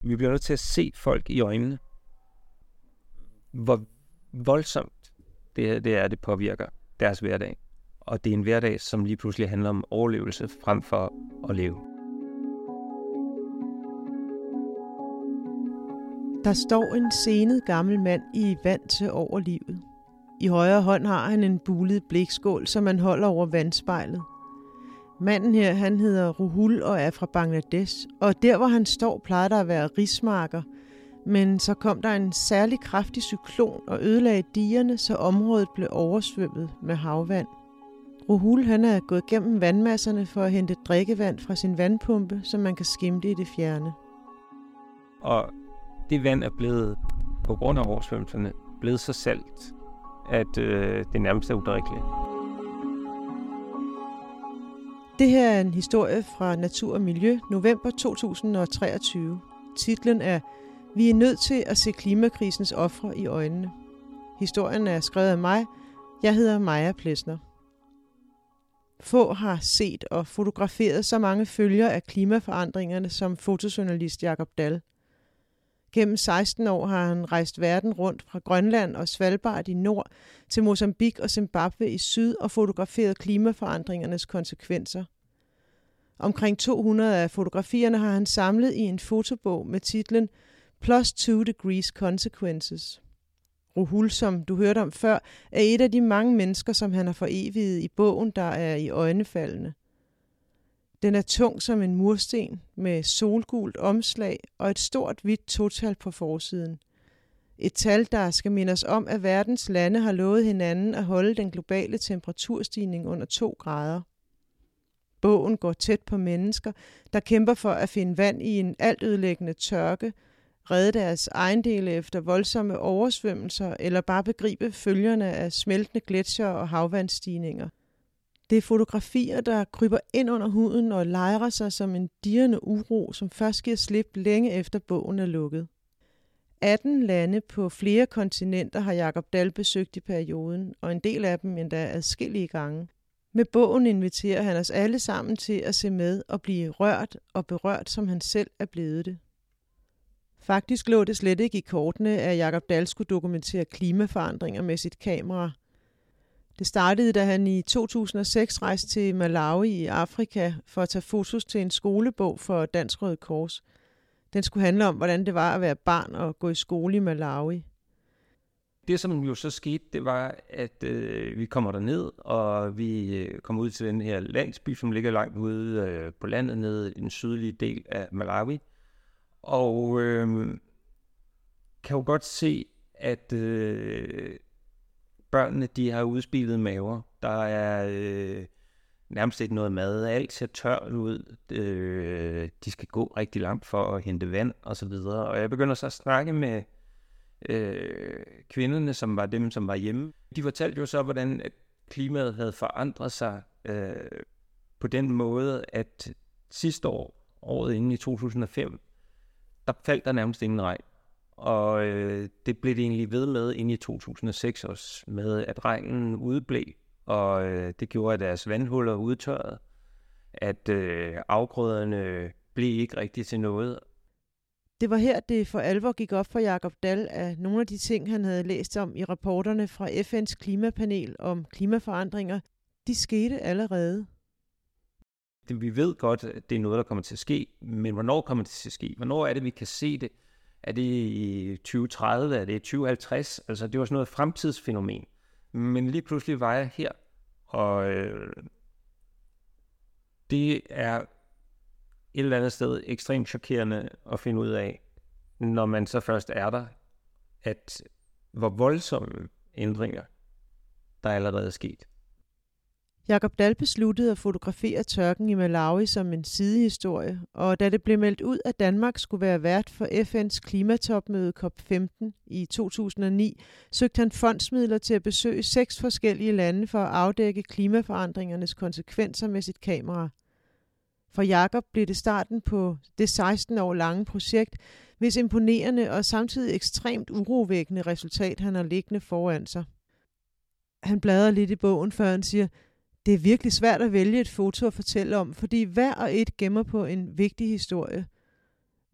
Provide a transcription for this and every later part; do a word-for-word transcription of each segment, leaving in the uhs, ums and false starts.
Vi bliver nødt til at se folk i øjnene, hvor voldsomt det, det er, det påvirker deres hverdag. Og det er en hverdag, som lige pludselig handler om overlevelse frem for at leve. Der står en senet gammel mand i vand til over livet. I højre hånd har han en bulet blikskål, som man holder over vandspejlet. Manden her, han hedder Rohul og er fra Bangladesh, og der hvor han står, plejer der at være rismarker. Men så kom der en særlig kraftig cyklon og ødelagde digerne, så området blev oversvømmet med havvand. Rohul, han er gået gennem vandmasserne for at hente drikkevand fra sin vandpumpe, som man kan skimte i det fjerne. Og det vand er blevet, på grund af oversvømmelserne, blevet så salt, at øh, det nærmest er udrikkeligt. Det her er en historie fra Natur og Miljø, november to tusind og treogtyve. Titlen er Vi er nødt til at se klimakrisens ofre i øjnene. Historien er skrevet af mig. Jeg hedder Maja Plesner. Få har set og fotograferet så mange følger af klimaforandringerne som fotojournalist Jakob Dahl. Gennem seksten år har han rejst verden rundt fra Grønland og Svalbard i nord til Mozambique og Zimbabwe i syd og fotograferet klimaforandringernes konsekvenser. Omkring to hundrede af fotografierne har han samlet i en fotobog med titlen Plus Two Degrees Consequences. Rohul, som du hørte om før, er et af de mange mennesker, som han har foreviget i bogen, der er i øjnefaldende. Den er tung som en mursten med solgult omslag og et stort hvidt total på forsiden. Et tal, der skal minde os om, at verdens lande har lovet hinanden at holde den globale temperaturstigning under to grader. Bogen går tæt på mennesker, der kæmper for at finde vand i en altødelæggende tørke, redde deres ejendele efter voldsomme oversvømmelser eller bare begribe følgerne af smeltende gletsjer og havvandsstigninger. Det er fotografier, der kryber ind under huden og lejrer sig som en dirrende uro, som først giver slip længe efter bogen er lukket. atten lande på flere kontinenter har Jakob Dahl besøgt i perioden, og en del af dem endda adskillige gange. Med bogen inviterer han os alle sammen til at se med og blive rørt og berørt, som han selv er blevet det. Faktisk lå det slet ikke i kortene, at Jakob Dahl skulle dokumentere klimaforandringer med sit kamera. Det startede, da han i to tusind og seks rejste til Malawi i Afrika for at tage fotos til en skolebog for Dansk Røde Kors. Den skulle handle om, hvordan det var at være barn og gå i skole i Malawi. Det, som jo så skete, det var, at øh, vi kommer derned, og vi øh, kommer ud til den her landsby, som ligger langt ude øh, på landet, nede i den sydlige del af Malawi. Og øh, kan jo godt se, at øh, børnene, de har udspilede maver. Der er øh, nærmest ikke noget mad. Alt ser tørt ud. Øh, de skal gå rigtig langt for at hente vand og så videre. Og jeg begynder så at snakke med øh, kvinderne, som var dem, som var hjemme. De fortalte jo så, hvordan at klimaet havde forandret sig øh, på den måde, at sidste år, året inden i to tusind og fem, der faldt der nærmest ingen regn. Og øh, det blev det egentlig ved med ind i to tusind og seks også, med at regnen udeblev, og øh, det gjorde, at deres vandhuller udtørrede, at øh, afgrøderne blev ikke rigtig til noget. Det var her, det for alvor gik op for Jakob Dahl, at nogle af de ting, han havde læst om i rapporterne fra F N's klimapanel om klimaforandringer, de skete allerede. Vi ved godt, at det er noget, der kommer til at ske, men hvornår kommer det til at ske? Hvornår er det, vi kan se det? Er det i tyve tredive? Er det i tyve halvtreds? Altså, det var sådan noget fremtidsfænomen. Men lige pludselig var jeg her, og øh, det er et eller andet sted ekstremt chokerende at finde ud af, når man så først er der, at hvor voldsomme ændringer, der allerede er sket. Jakob Dahl besluttede at fotografere tørken i Malawi som en sidehistorie, og da det blev meldt ud, at Danmark skulle være vært for F N's klimatopmøde COP femten i to tusind og ni, søgte han fondsmidler til at besøge seks forskellige lande for at afdække klimaforandringernes konsekvenser med sit kamera. For Jakob blev det starten på det seksten år lange projekt, hvis imponerende og samtidig ekstremt urovækkende resultat han har liggende foran sig. Han bladrer lidt i bogen, før han siger, det er virkelig svært at vælge et foto at fortælle om, fordi hver og et gemmer på en vigtig historie.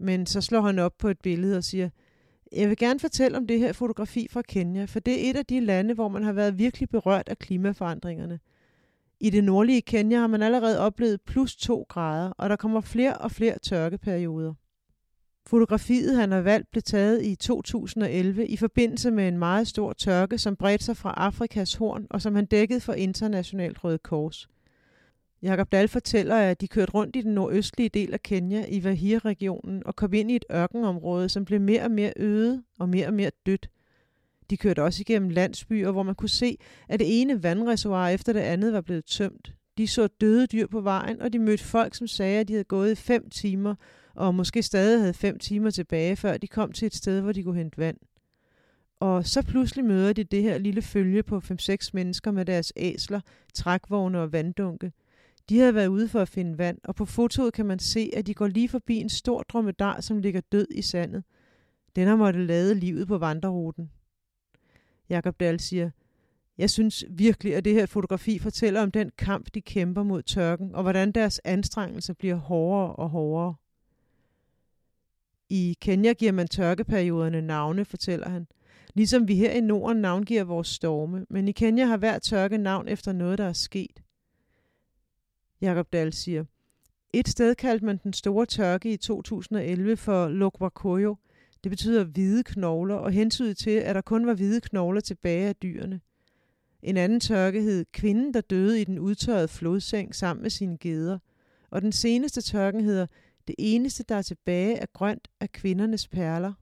Men så slår han op på et billede og siger, jeg vil gerne fortælle om det her fotografi fra Kenya, for det er et af de lande, hvor man har været virkelig berørt af klimaforandringerne. I det nordlige Kenya har man allerede oplevet plus to grader, og der kommer flere og flere tørkeperioder. Fotografiet, han har valgt, blev taget i to tusind og elleve i forbindelse med en meget stor tørke, som bredte sig fra Afrikas Horn, og som han dækkede for Internationalt Røde Kors. Jakob Dahl fortæller, at de kørte rundt i den nordøstlige del af Kenya, i Wahir-regionen, og kom ind i et ørkenområde, som blev mere og mere øde og mere og mere dødt. De kørte også igennem landsbyer, hvor man kunne se, at det ene vandreservoir efter det andet var blevet tømt. De så døde dyr på vejen, og de mødte folk, som sagde, at de havde gået i fem timer, og måske stadig havde fem timer tilbage, før de kom til et sted, hvor de kunne hente vand. Og så pludselig møder de det her lille følge på fem seks mennesker med deres æsler, trækvogne og vanddunke. De havde været ude for at finde vand, og på fotoet kan man se, at de går lige forbi en stor dromedar, som ligger død i sandet. Den har måttet lade livet på vandreruten. Jakob Dahl siger, jeg synes virkelig, at det her fotografi fortæller om den kamp, de kæmper mod tørken, og hvordan deres anstrengelser bliver hårdere og hårdere. I Kenya giver man tørkeperioderne navne, fortæller han. Ligesom vi her i Norden navngiver vores storme, men i Kenya har hver tørke navn efter noget, der er sket. Jakob Dahl siger, et sted kaldte man den store tørke i to tusind og elleve for Lokwakoyo. Det betyder hvide knogler, og hentyder til, at der kun var hvide knogler tilbage af dyrene. En anden tørke hed kvinden, der døde i den udtørrede flodseng sammen med sine geder. Og den seneste tørken hedder det eneste, der er tilbage af grønt af kvindernes perler.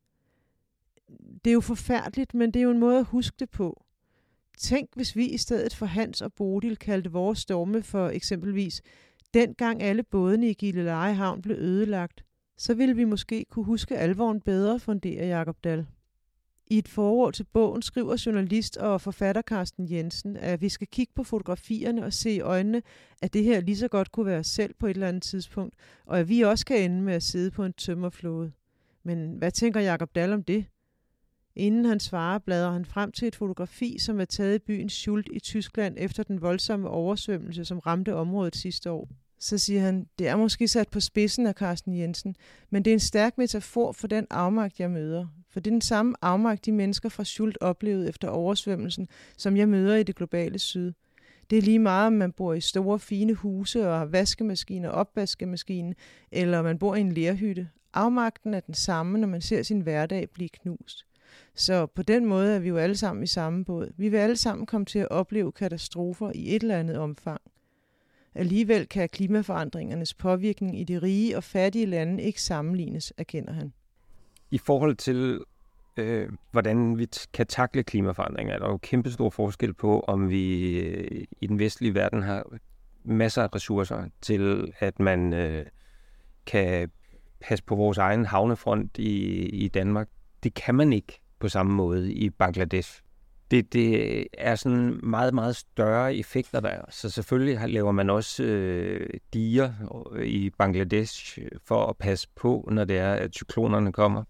Det er jo forfærdeligt, men det er jo en måde at huske det på. Tænk, hvis vi i stedet for Hans og Bodil kaldte vores storme for eksempelvis dengang alle bådene i Gilleleje Havn blev ødelagt, så ville vi måske kunne huske alvoren bedre, funderer Jakob Dahl. I et forord til bogen skriver journalist og forfatter Carsten Jensen, at vi skal kigge på fotografierne og se i øjnene, at det her lige så godt kunne være os selv på et eller andet tidspunkt, og at vi også kan ende med at sidde på en tømmerflåde. Men hvad tænker Jakob Dahl om det? Inden han svarer, bladrer han frem til et fotografi, som er taget i byen Schuld i Tyskland efter den voldsomme oversvømmelse, som ramte området sidste år. Så siger han, det er måske sat på spidsen af Carsten Jensen, men det er en stærk metafor for den afmagt, jeg møder. For det er den samme afmagt, de mennesker fra Schuld oplevede efter oversvømmelsen, som jeg møder i det globale syd. Det er lige meget, om man bor i store, fine huse og har vaskemaskiner og opvaskemaskine, eller man bor i en lerhytte. Afmagten er den samme, når man ser sin hverdag blive knust. Så på den måde er vi jo alle sammen i samme båd. Vi vil alle sammen komme til at opleve katastrofer i et eller andet omfang. Alligevel kan klimaforandringernes påvirkning i de rige og fattige lande ikke sammenlignes, erkender han. I forhold til, øh, hvordan vi kan takle klimaforandringer, er der jo kæmpe stor forskel på, om vi øh, i den vestlige verden har masser af ressourcer til, at man øh, kan passe på vores egen havnefront i, i Danmark. Det kan man ikke på samme måde i Bangladesh. Det, det er sådan meget, meget større effekter der. Så selvfølgelig laver man også øh, diger i Bangladesh for at passe på, når det er, at cyklonerne kommer.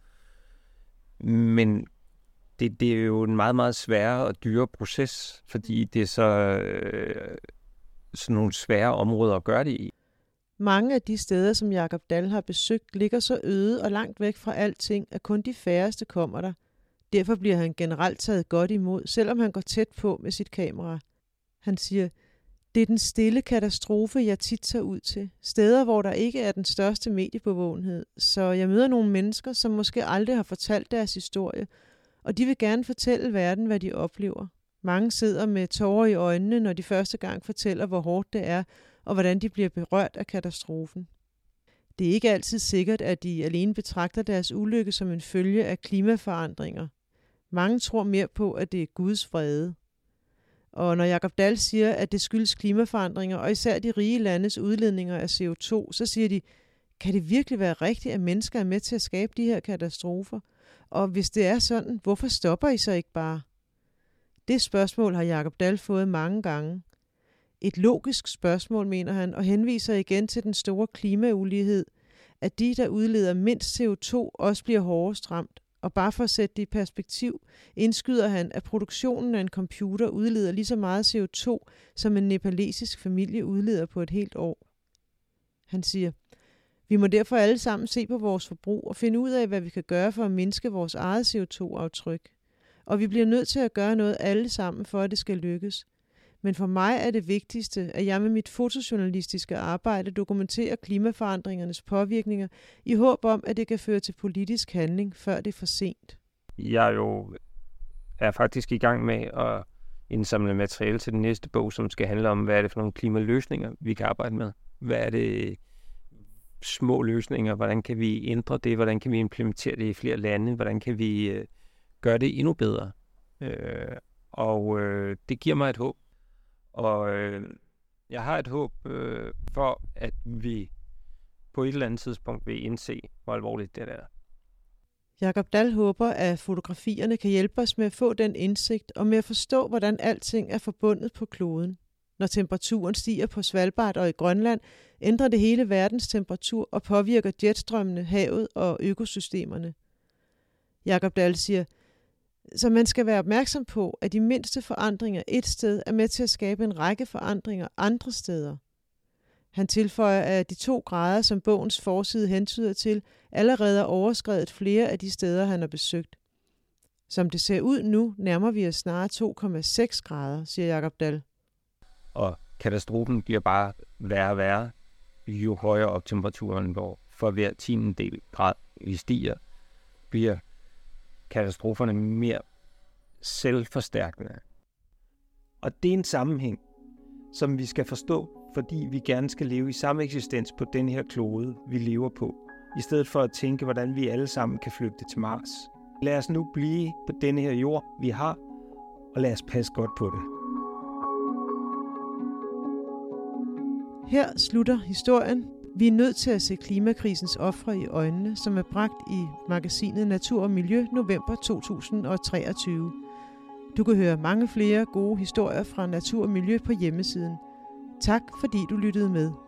Men det, det er jo en meget, meget sværere og dyre proces, fordi det er så øh, sådan nogle svære områder at gøre det i. Mange af de steder, som Jakob Dahl har besøgt, ligger så øde og langt væk fra alting, at kun de færreste kommer der. Derfor bliver han generelt taget godt imod, selvom han går tæt på med sit kamera. Han siger, det er den stille katastrofe, jeg tit tager ud til. Steder, hvor der ikke er den største mediebevågenhed. Så jeg møder nogle mennesker, som måske aldrig har fortalt deres historie, og de vil gerne fortælle verden, hvad de oplever. Mange sidder med tårer i øjnene, når de første gang fortæller, hvor hårdt det er, og hvordan de bliver berørt af katastrofen. Det er ikke altid sikkert, at de alene betragter deres ulykke som en følge af klimaforandringer. Mange tror mere på, at det er Guds vrede. Og når Jakob Dahl siger, at det skyldes klimaforandringer, og især de rige landes udledninger af C O to, så siger de, kan det virkelig være rigtigt, at mennesker er med til at skabe de her katastrofer? Og hvis det er sådan, hvorfor stopper I så ikke bare? Det spørgsmål har Jakob Dahl fået mange gange. Et logisk spørgsmål, mener han, og henviser igen til den store klimaulighed, at de, der udleder mindst C O to, også bliver hårdest ramt. Og bare for at sætte det i perspektiv, indskyder han, at produktionen af en computer udleder lige så meget C O to, som en nepalesisk familie udleder på et helt år. Han siger, Vi må derfor alle sammen se på vores forbrug og finde ud af, hvad vi kan gøre for at mindske vores eget C O to aftryk. Og vi bliver nødt til at gøre noget alle sammen, for at det skal lykkes. Men for mig er det vigtigste, at jeg med mit fotojournalistiske arbejde dokumenterer klimaforandringernes påvirkninger i håb om, at det kan føre til politisk handling, før det er for sent. Jeg jo er faktisk i gang med at indsamle materiale til den næste bog, som skal handle om, hvad er det for nogle klimaløsninger, vi kan arbejde med. Hvad er det små løsninger? Hvordan kan vi ændre det? Hvordan kan vi implementere det i flere lande? Hvordan kan vi øh, gøre det endnu bedre? Øh, og øh, det giver mig et håb. Og øh, jeg har et håb øh, for, at vi på et eller andet tidspunkt vil indse, hvor alvorligt det er. Jakob Dall håber, at fotografierne kan hjælpe os med at få den indsigt og med at forstå, hvordan alting er forbundet på kloden. Når temperaturen stiger på Svalbard og i Grønland, ændrer det hele verdens temperatur og påvirker jetstrømmene, havet og økosystemerne. Jakob Dall siger, så man skal være opmærksom på, at de mindste forandringer et sted er med til at skabe en række forandringer andre steder. Han tilføjer, at de to grader, som bogens forside hentyder til, allerede er overskredet flere af de steder, han har besøgt. Som det ser ud nu, nærmer vi os snart to komma seks grader, siger Jakob Dall. Og katastrofen bliver bare værre og værre, jo højere op temperaturen går. For hver tiendedel grad vi stiger, bliver katastroferne mere selvforstærkende. Og det er en sammenhæng, som vi skal forstå, fordi vi gerne skal leve i samme eksistens på den her klode, vi lever på, i stedet for at tænke, hvordan vi alle sammen kan flygte til Mars. Lad os nu blive på denne her jord, vi har, og lad os passe godt på det. Her slutter historien. Vi er nødt til at se klimakrisens ofre i øjnene, som er bragt i magasinet Natur og Miljø november to tusind og treogtyve. Du kan høre mange flere gode historier fra Natur og Miljø på hjemmesiden. Tak fordi du lyttede med.